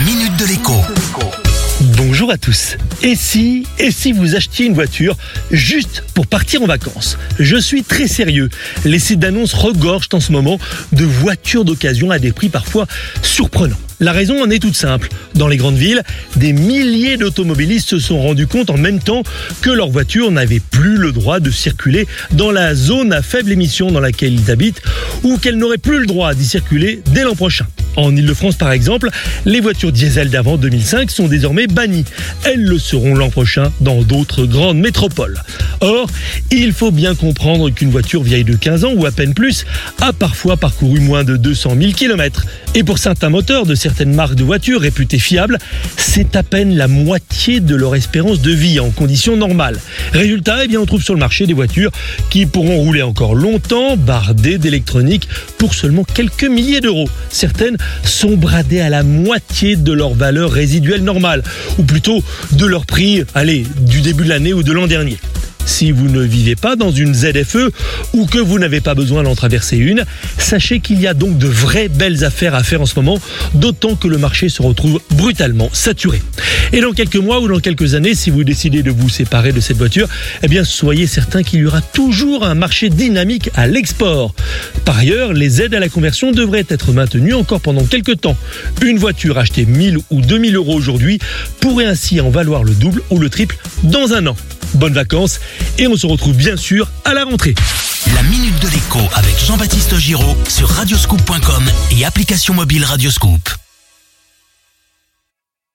minute de l'écho. Bonjour à tous. Et si vous achetiez une voiture juste pour partir en vacances? Je suis très sérieux. Les sites d'annonces regorgent en ce moment de voitures d'occasion à des prix parfois surprenants. La raison en est toute simple. Dans les grandes villes, des milliers d'automobilistes se sont rendus compte en même temps que leur voiture n'avait plus le droit de circuler dans la zone à faible émission dans laquelle ils habitent ou qu'elle n'aurait plus le droit d'y circuler dès l'an prochain. En Ile-de-France par exemple, les voitures diesel d'avant 2005 sont désormais bannies. Elles le seront l'an prochain dans d'autres grandes métropoles. Or, il faut bien comprendre qu'une voiture vieille de 15 ans ou à peine plus a parfois parcouru moins de 200 000 km. Et pour certains moteurs de certaines marques de voitures réputées fiables, c'est à peine la moitié de leur espérance de vie en conditions normales. Résultat, on trouve sur le marché des voitures qui pourront rouler encore longtemps, bardées d'électronique pour seulement quelques milliers d'euros. Certaines sont bradées à la moitié de leur valeur résiduelle normale, ou plutôt de leur prix, du début de l'année ou de l'an dernier. Si vous ne vivez pas dans une ZFE ou que vous n'avez pas besoin d'en traverser une, sachez qu'il y a donc de vraies belles affaires à faire en ce moment, d'autant que le marché se retrouve brutalement saturé. Et dans quelques mois ou dans quelques années, si vous décidez de vous séparer de cette voiture, soyez certain qu'il y aura toujours un marché dynamique à l'export. Par ailleurs, les aides à la conversion devraient être maintenues encore pendant quelques temps. Une voiture achetée 1000 ou 2000 euros aujourd'hui pourrait ainsi en valoir le double ou le triple dans un an. Bonnes vacances et on se retrouve bien sûr à la rentrée. La minute de l'écho avec Jean-Baptiste Giraud sur radioscoop.com et application mobile Radioscoop.